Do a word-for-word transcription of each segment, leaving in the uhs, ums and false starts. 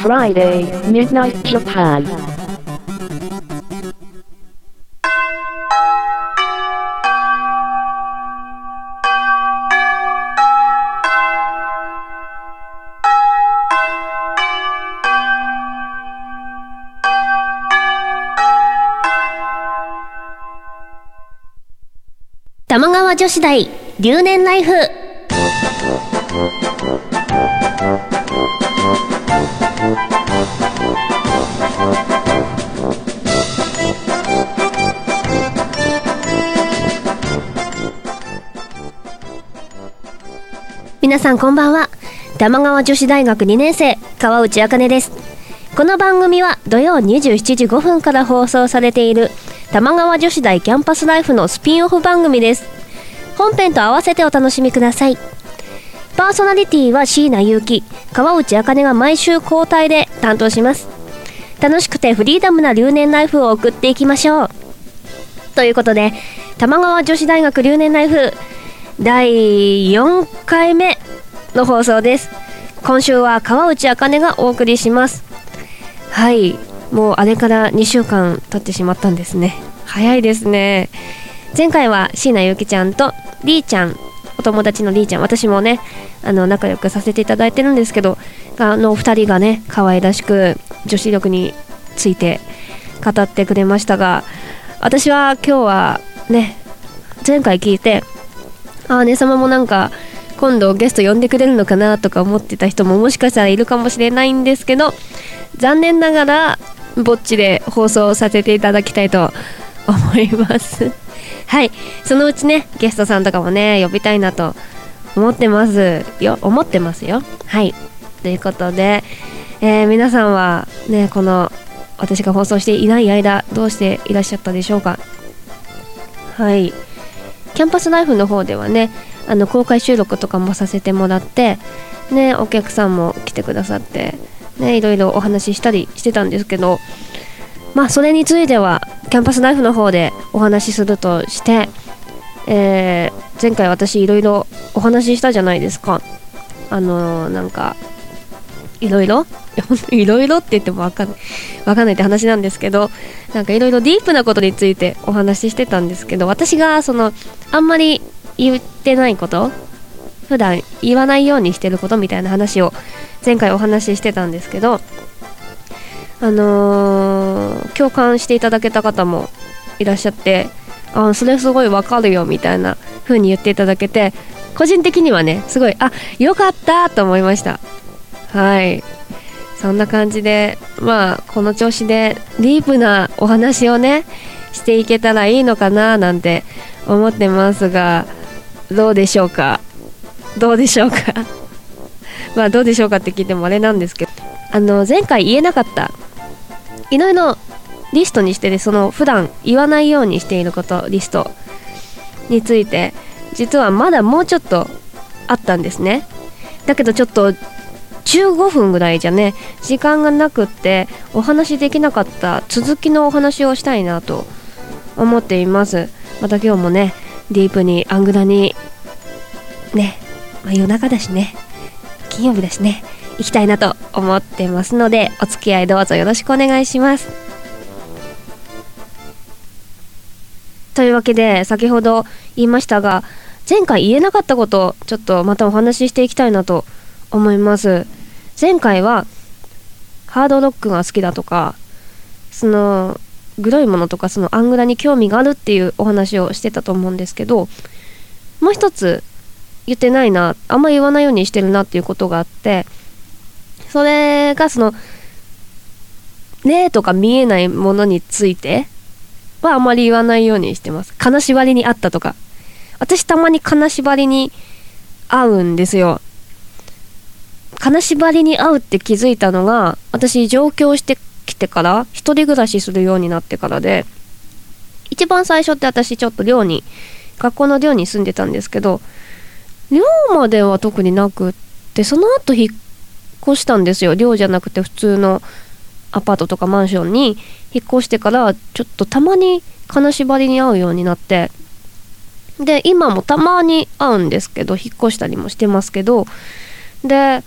Friday, Midnight Japan. 玉川女子大留年ライフ。皆さんこんばんは。玉川女子大学にねん生川内茜です。この番組は土曜にじゅうしちじごふんから放送されている玉川女子大キャンパスライフのスピンオフ番組です。本編と合わせてお楽しみください。パーソナリティは椎名優樹、川内茜が毎週交代で担当します。楽しくてフリーダムな留年ライフを送っていきましょう。ということで玉川女子大学留年ライフだいよんかいめの放送です。今週は川内茜がお送りします。はい、もうあれからにしゅうかん経ってしまったんですね。早いですね。前回は椎名ゆきちゃんとりーちゃん、お友達のりーちゃん、私もねあの仲良くさせていただいてるんですけど、あのふたりがね可愛らしく女子力について語ってくれましたが、私は今日はね前回聞いて、あーね様もなんか今度ゲスト呼んでくれるのかなとか思ってた人ももしかしたらいるかもしれないんですけど、残念ながらぼっちで放送させていただきたいと思いますはい、そのうちねゲストさんとかもね呼びたいなと思ってますよ思ってますよはい、ということで、えー、皆さんはねこの私が放送していない間どうしていらっしゃったでしょうか。はい、キャンパスライフの方ではねあの公開収録とかもさせてもらってね、お客さんも来てくださってね、いろいろお話ししたりしてたんですけど、まあそれについてはキャンパスライフの方でお話しするとして、えー、前回私いろいろお話ししたじゃないですか。あのー、なんかいろいろいろいろって言ってもわかんないわかんないって話なんですけど、なんかいろいろディープなことについてお話ししてたんですけど、私がそのあんまり言ってないこと、普段言わないようにしてることみたいな話を前回お話ししてたんですけど、あのー、共感していただけた方もいらっしゃって、あそれすごいわかるよみたいな風に言っていただけて、個人的にはねすごいあよかったと思いました。はい、そんな感じでまあこの調子でディープなお話をねしていけたらいいのかななんて思ってますが、どうでしょうかどうでしょうかまあどうでしょうかって聞いてもあれなんですけど、あの前回言えなかったいろいろリストにしてで、その普段言わないようにしていることリストについて実はまだもうちょっとあったんですね。だけどちょっとじゅうごふんぐらいじゃね時間がなくってお話できなかった続きのお話をしたいなと思っています。また今日もねディープにアングラにね、まあ、夜中だしね金曜日だしね行きたいなと思ってますので、お付き合いどうぞよろしくお願いします。というわけで先ほど言いましたが、前回言えなかったことをちょっとまたお話ししていきたいなと思います。前回はハードロックが好きだとか、そのグロいものとかそのアングラに興味があるっていうお話をしてたと思うんですけど、もう一つ言ってないな、あんま言わないようにしてるなっていうことがあって、それがその霊とか見えないものについてはあまり言わないようにしてます。金縛りにあったとか、私たまに金縛りに会うんですよ。金縛りに会うって気づいたのが私上京してきてから一人暮らしするようになってからで、一番最初って私ちょっと寮に学校の寮に住んでたんですけど、寮までは特になくって、その後引っ越したんですよ。寮じゃなくて普通のアパートとかマンションに引っ越してからちょっとたまに金縛りに会うようになって、で今もたまに会うんですけど、引っ越したりもしてますけど、で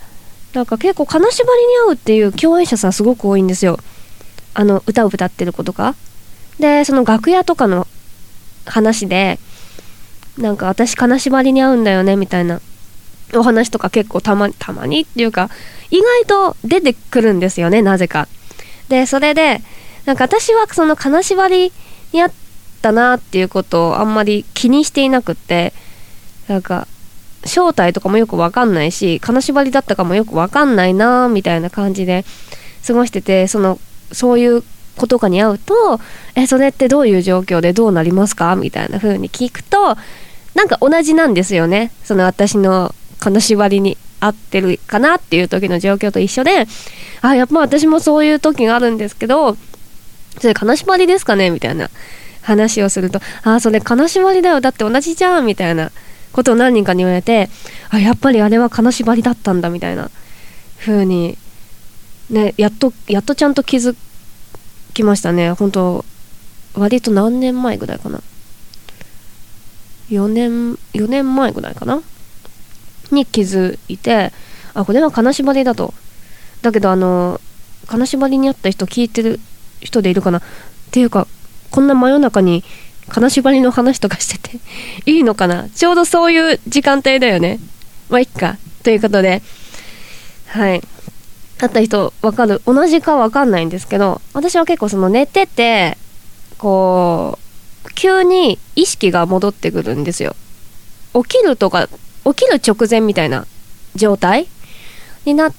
なんか結構金縛りに合うっていう共演者さんすごく多いんですよ。あの歌を歌ってる子とかで、その楽屋とかの話でなんか私金縛りに合うんだよねみたいなお話とか結構たまたまにっていうか意外と出てくるんですよね、なぜか。でそれでなんか私はその金縛りに合ったなっていうことをあんまり気にしていなくって、なんか正体とかもよくわかんないし金縛りだったかもよくわかんないなみたいな感じで過ごしてて、そのそういう子とかに会うとえそれってどういう状況でどうなりますかみたいな風に聞くとなんか同じなんですよね。その私の金縛りに合ってるかなっていう時の状況と一緒で、あやっぱ私もそういう時があるんですけどそれ金縛りですかねみたいな話をすると、あそれ金縛りだよだって同じじゃんみたいなことを何人かに言われて、あやっぱりあれは金縛りだったんだみたいな風にね、やっとやっとちゃんと気づきましたね。本当割と何年前ぐらいかな、よねんよねんまえぐらいかなに気づいて、あこれは金縛りだと。だけどあの金縛りにあった人聞いてる人でいるかなっていうか、こんな真夜中に金縛りの話とかしてていいのかな、ちょうどそういう時間帯だよね。まあいっかということで、はいあった人分かる同じか分かんないんですけど、私は結構その寝ててこう急に意識が戻ってくるんですよ。起きるとか起きる直前みたいな状態になって、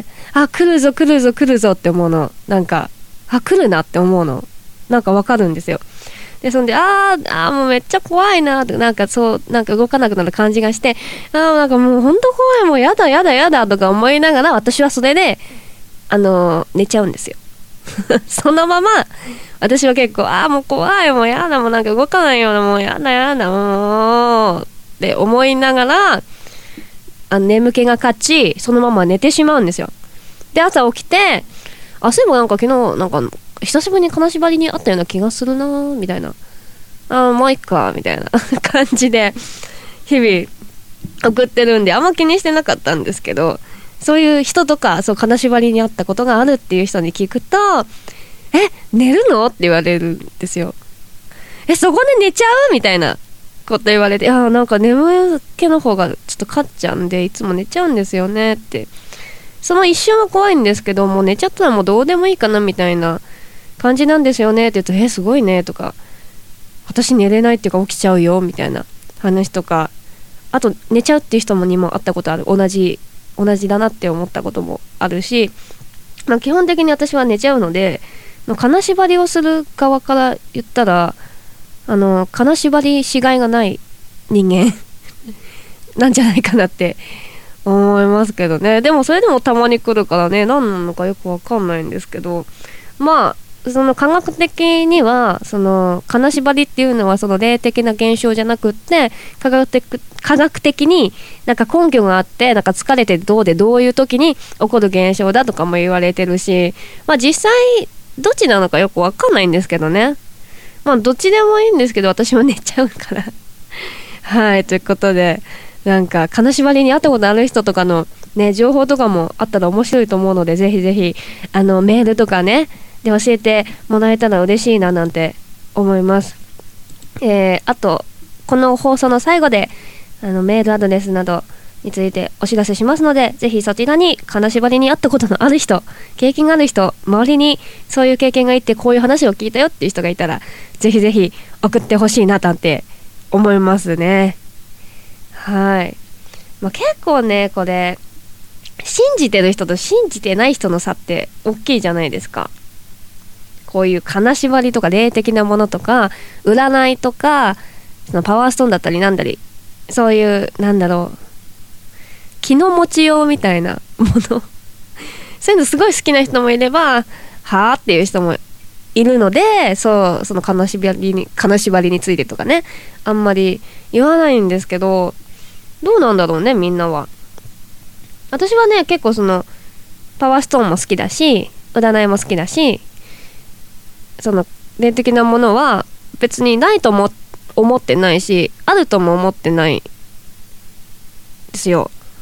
あ来るぞ来るぞ来るぞって思うの、なんかあ来るなって思うのなんか分かるんですよ。でそんであーあーもうめっちゃ怖いなってなんかそうなんか動かなくなる感じがして、あーなんかもうほんと怖いもうやだやだやだとか思いながら私はそれであのー、寝ちゃうんですよそのまま私は結構あーもう怖いもうやだもうなんか動かないようなもうやだやだもうって思いながらあ眠気が勝ちそのまま寝てしまうんですよ。で朝起きてあそういえばなんか昨日なんか久しぶりに金縛りにあったような気がするなみたいな、あもういっかみたいな感じで日々送ってるんであんま気にしてなかったんですけど、そういう人とかそう金縛りにあったことがあるっていう人に聞くとえ寝るのって言われるんですよ。えそこで寝ちゃうみたいなこと言われて、あなんか眠気の方がちょっと勝っちゃうんでいつも寝ちゃうんですよねって。その一瞬は怖いんですけどもう寝ちゃったらもうどうでもいいかなみたいな感じなんですよねって言うとえすごいねとか、私寝れないっていうか起きちゃうよみたいな話とか、あと寝ちゃうっていう人もにも会ったことある、同じ同じだなって思ったこともあるし、まあ、基本的に私は寝ちゃうので、まあ、金縛りをする側から言ったらあの金縛りしがいがない人間なんじゃないかなって思いますけどね。でもそれでもたまに来るからね何なのかよくわかんないんですけど、まあその科学的にはその金縛りっていうのはその霊的な現象じゃなくって科学的、科学的になんか根拠があってなんか疲れてどうでどういう時に起こる現象だとかも言われてるし、まあ実際どっちなのかよくわかんないんですけどね。まあどっちでもいいんですけど私は寝ちゃうからはいということでなんか金縛りに会ったことある人とかのね情報とかもあったら面白いと思うのでぜひぜひあのメールとかねで教えてもらえたら嬉しいななんて思います。えー、あとこの放送の最後であのメールアドレスなどについてお知らせしますのでぜひそちらに金縛りにあったことのある人経験がある人周りにそういう経験がいてこういう話を聞いたよっていう人がいたらぜひぜひ送ってほしいななんて思いますね。はい、まあ、結構ねこれ信じてる人と信じてない人の差って大きいじゃないですか。こういう金縛りとか霊的なものとか占いとかそのパワーストーンだったりなんだりそういうなんだろう気の持ちようみたいなものそういうのすごい好きな人もいればはーっていう人もいるのでそうその金縛りに金縛りについてとかねあんまり言わないんですけどどうなんだろうねみんなは。私はね結構そのパワーストーンも好きだし占いも好きだしその霊的なものは別にないとも思ってないしあるとも思ってないですよ。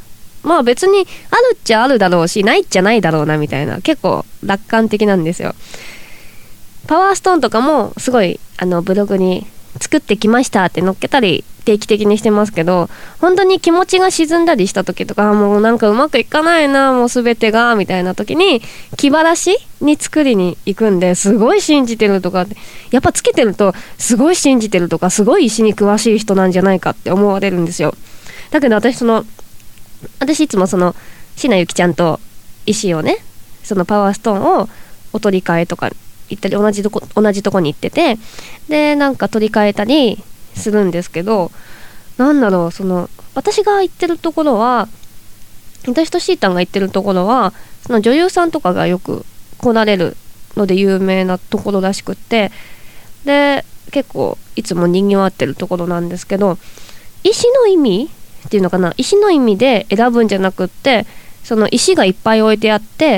まあ別にあるっちゃあるだろうしないっちゃないだろうなみたいな、結構楽観的なんですよ。パワーストーンとかもすごいあのブログに作ってきましたって載っけたり定期的にしてますけど、本当に気持ちが沈んだりした時とか、もうなんかうまくいかないなもう全てがみたいな時に気晴らしに作りに行くんで、すごい信じてるとかってやっぱつけてるとすごい信じてるとかすごい石に詳しい人なんじゃないかって思われるんですよ。だけど私その私いつもその椎名ゆきちゃんと石をね、そのパワーストーンをお取り替えとか行ったり同じとこ同じとこに行ってて、でなんか取り替えたりするんですけど、なんだろう、その私が行ってるところは、私とシータンが行ってるところはその女優さんとかがよく来られるので有名なところらしくって、で結構いつも賑わってるところなんですけど、石の意味っていうのかな、石の意味で選ぶんじゃなくって、その石がいっぱい置いてあって、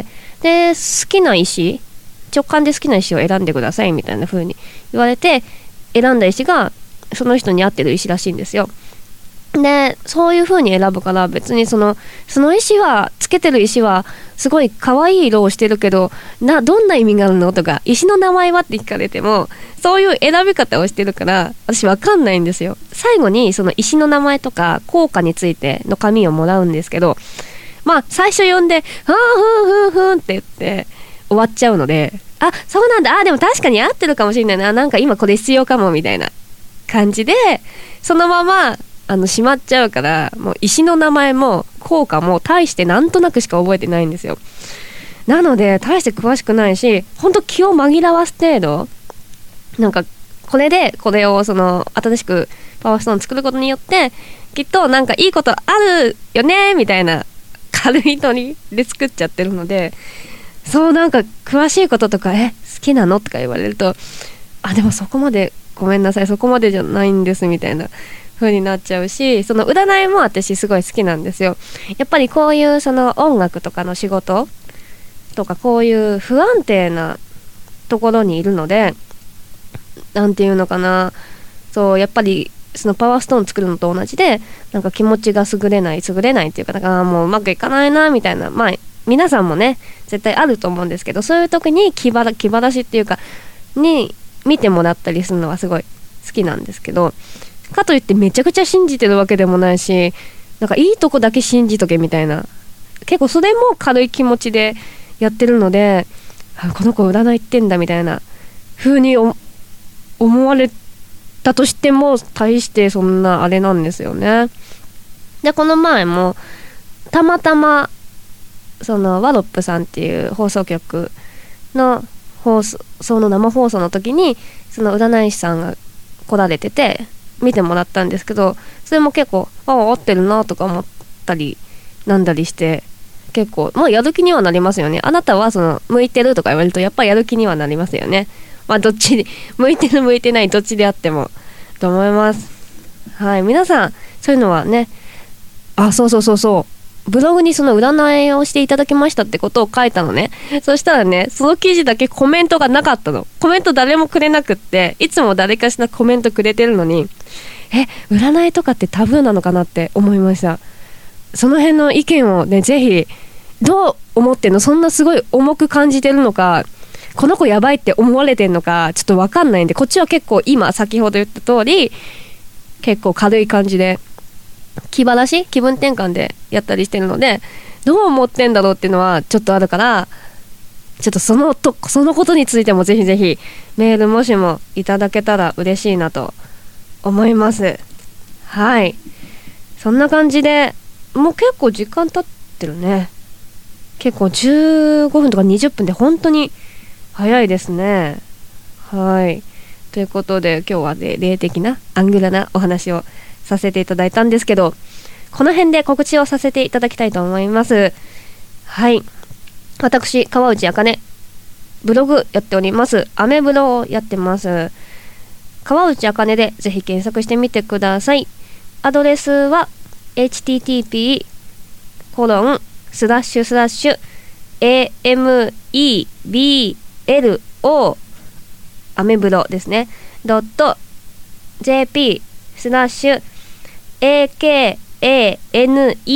で好きな石、直感で好きな石を選んでくださいみたいな風に言われて、選んだ石がその人に合ってる石らしいんですよ。でそういう風に選ぶから、別にそのその石はつけてる石はすごい可愛い色をしてるけどな、どんな意味があるのとか、石の名前はって聞かれてもそういう選び方をしてるから私わかんないんですよ。最後にその石の名前とか効果についての紙をもらうんですけど、まあ最初読んでふんふんふんふんって言って終わっちゃうので、あそうなんだ、あでも確かに合ってるかもしれないな、なんか今これ必要かもみたいな感じでそのままあのしまっちゃうから、もう石の名前も効果も大してなんとなくしか覚えてないんですよ。なので大して詳しくないし、ほんと気を紛らわす程度、なんかこれでこれをその新しくパワーストーン作ることによってきっとなんかいいことあるよねみたいな軽いノリで作っちゃってるので、そうなんか詳しいこととかえ好きなのとか言われると、あでもそこまでごめんなさいそこまでじゃないんですみたいな風になっちゃうし、その占いも私すごい好きなんですよ。やっぱりこういうその音楽とかの仕事とかこういう不安定なところにいるので、なんていうのかな、そうやっぱりそのパワーストーン作るのと同じで、なんか気持ちが優れない優れないっていうか、だからもううまくいかないなみたいな、まあ皆さんもね絶対あると思うんですけど、そういう時に気晴ら気晴らしっていうかに見てもらったりするのはすごい好きなんですけど、かといってめちゃくちゃ信じてるわけでもないし、なんかいいとこだけ信じとけみたいな、結構それも軽い気持ちでやってるので、あこの子占いってんだみたいな風に思われたとしても大してそんなあれなんですよね。でこの前もたまたまそのワロップさんっていう放送局の放送その生放送の時にその占い師さんが来られてて見てもらったんですけど、それも結構ああ合ってるなとか思ったりなんだりして、結構まあやる気にはなりますよね。あなたはその向いてるとか言われるとやっぱりやる気にはなりますよね。まあどっちで向いてる向いてないどっちであってもと思います。はい、皆さんそういうのはね、あそうそうそうそうブログにその占いをしていただきましたってことを書いたのね。そしたらね、その記事だけコメントがなかったの。コメント誰もくれなくって、いつも誰かしらコメントくれてるのに、え占いとかってタブーなのかなって思いました。その辺の意見をねぜひどう思ってんの、そんなすごい重く感じてるのか、この子やばいって思われてんのかちょっと分かんないんで、こっちは結構今先ほど言った通り結構軽い感じで気晴らし気分転換でやったりしてるので、どう思ってんだろうっていうのはちょっとあるから、ちょっとそのとそのことについてもぜひぜひメールもしもいただけたら嬉しいなと思います。はい、そんな感じでもう結構時間経ってるね。結構じゅうごふんとかにじゅっぷんで本当に早いですね。はい、ということで今日はね霊的なアングラなお話をさせていただいたんですけど、この辺で告知をさせていただきたいと思います。はい、私川内あかねブログやっております。アメブロをやってます。川内あかねでぜひ検索してみてください。アドレスは エイチティーティーピー コロンスラッシュスラッシュ エーエムイービーエルオー アメブロですねドット ジェーピー スラッシュ エーケーエーエヌイー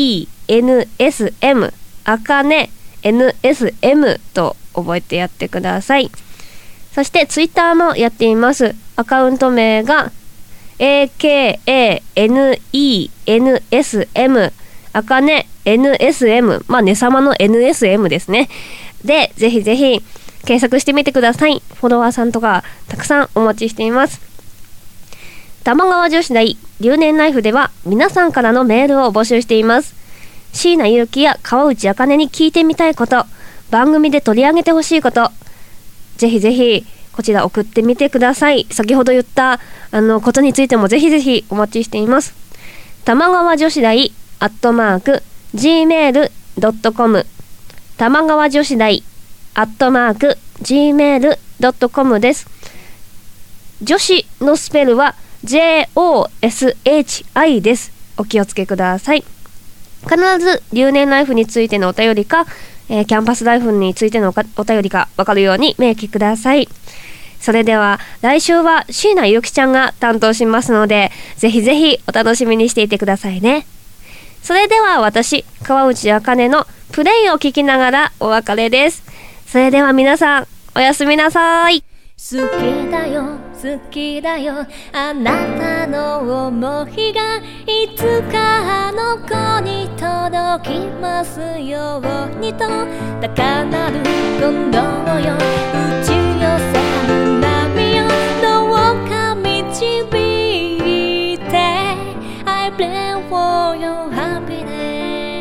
エヌエスエム、あかね エヌエスエム と覚えてやってください。そしてツイッターもやっています。アカウント名が エーケーエーエヌイーエヌエスエム、あかね エヌエスエム、まあね様の エヌエスエム ですね。で、ぜひぜひ検索してみてください。フォロワーさんとかたくさんお待ちしています。玉川女子大留年ライフでは皆さんからのメールを募集しています。椎名結城や川内茜に聞いてみたいこと、番組で取り上げてほしいこと、ぜひぜひこちら送ってみてください。先ほど言ったあのことについてもぜひぜひお待ちしています。玉川女子大アットマーク ジーメールドットコム、 玉川女子大アットマーク ジーメールドットコム です。女子のスペルは ジェイオーエスエイチアイ です。お気をつけください。必ず留年ライフについてのお便りか、えー、キャンパスライフについてのお便りか分かるように明記ください。それでは来週は椎名ゆきちゃんが担当しますので、ぜひぜひお楽しみにしていてくださいね。それでは私川内茜のプレイを聞きながらお別れです。それでは皆さんおやすみなさい。 好きだよ好きだよあなたの想いがいつかあの子に届きますようにと高鳴る鼓動よ打ち寄せる波よどうか導いて I pray for your happiness。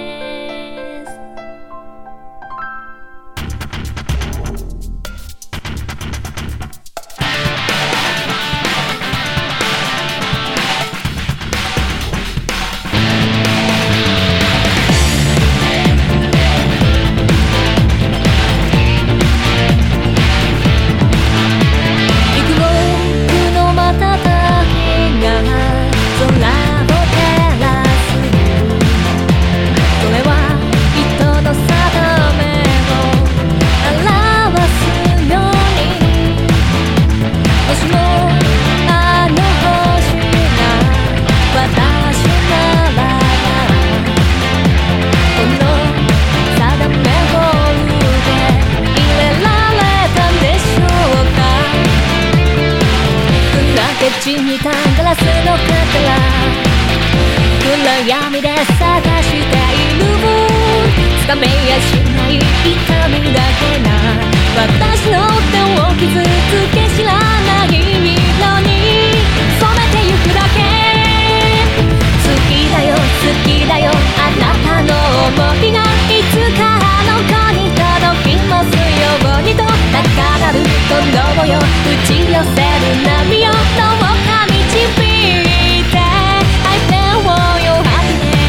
地にたガラスのかけら暗闇で探しているつかめやしない痛みだけが私の手を傷つけ知らない色に染めてゆくだけ好きだよ好きだよあなたの想いがいつかあの子に届きますようにと高鳴る鼓動よ打ち寄せる波よどうか導いて I pray for your happiness。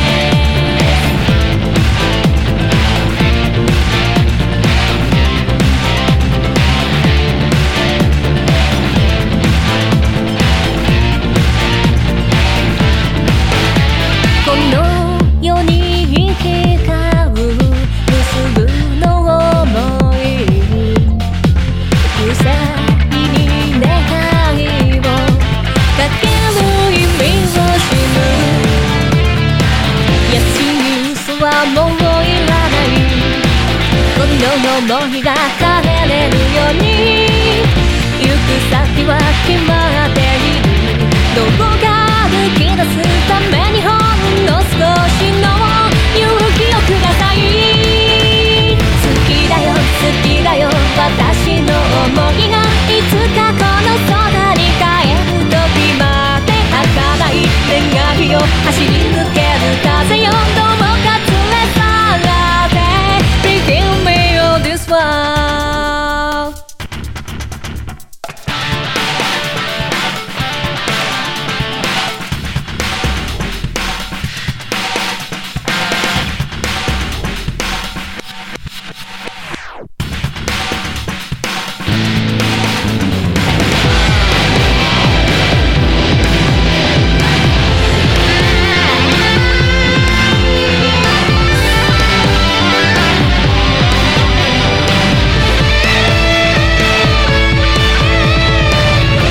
この世に光る結ぶの想い無責に願いをかける意味を知る安い嘘はもういらないこの想いが叶えるように行く先は決まっているどこか抜き出すためにほんの少しの勇気をください好きだよ好きだよ私の想いがいつかこの空に帰る時まで儚い願いを走り抜ける風よどうか連れ去って Begin me on this world。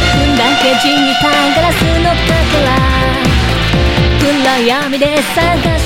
地にたガラスのかけら暗闇で探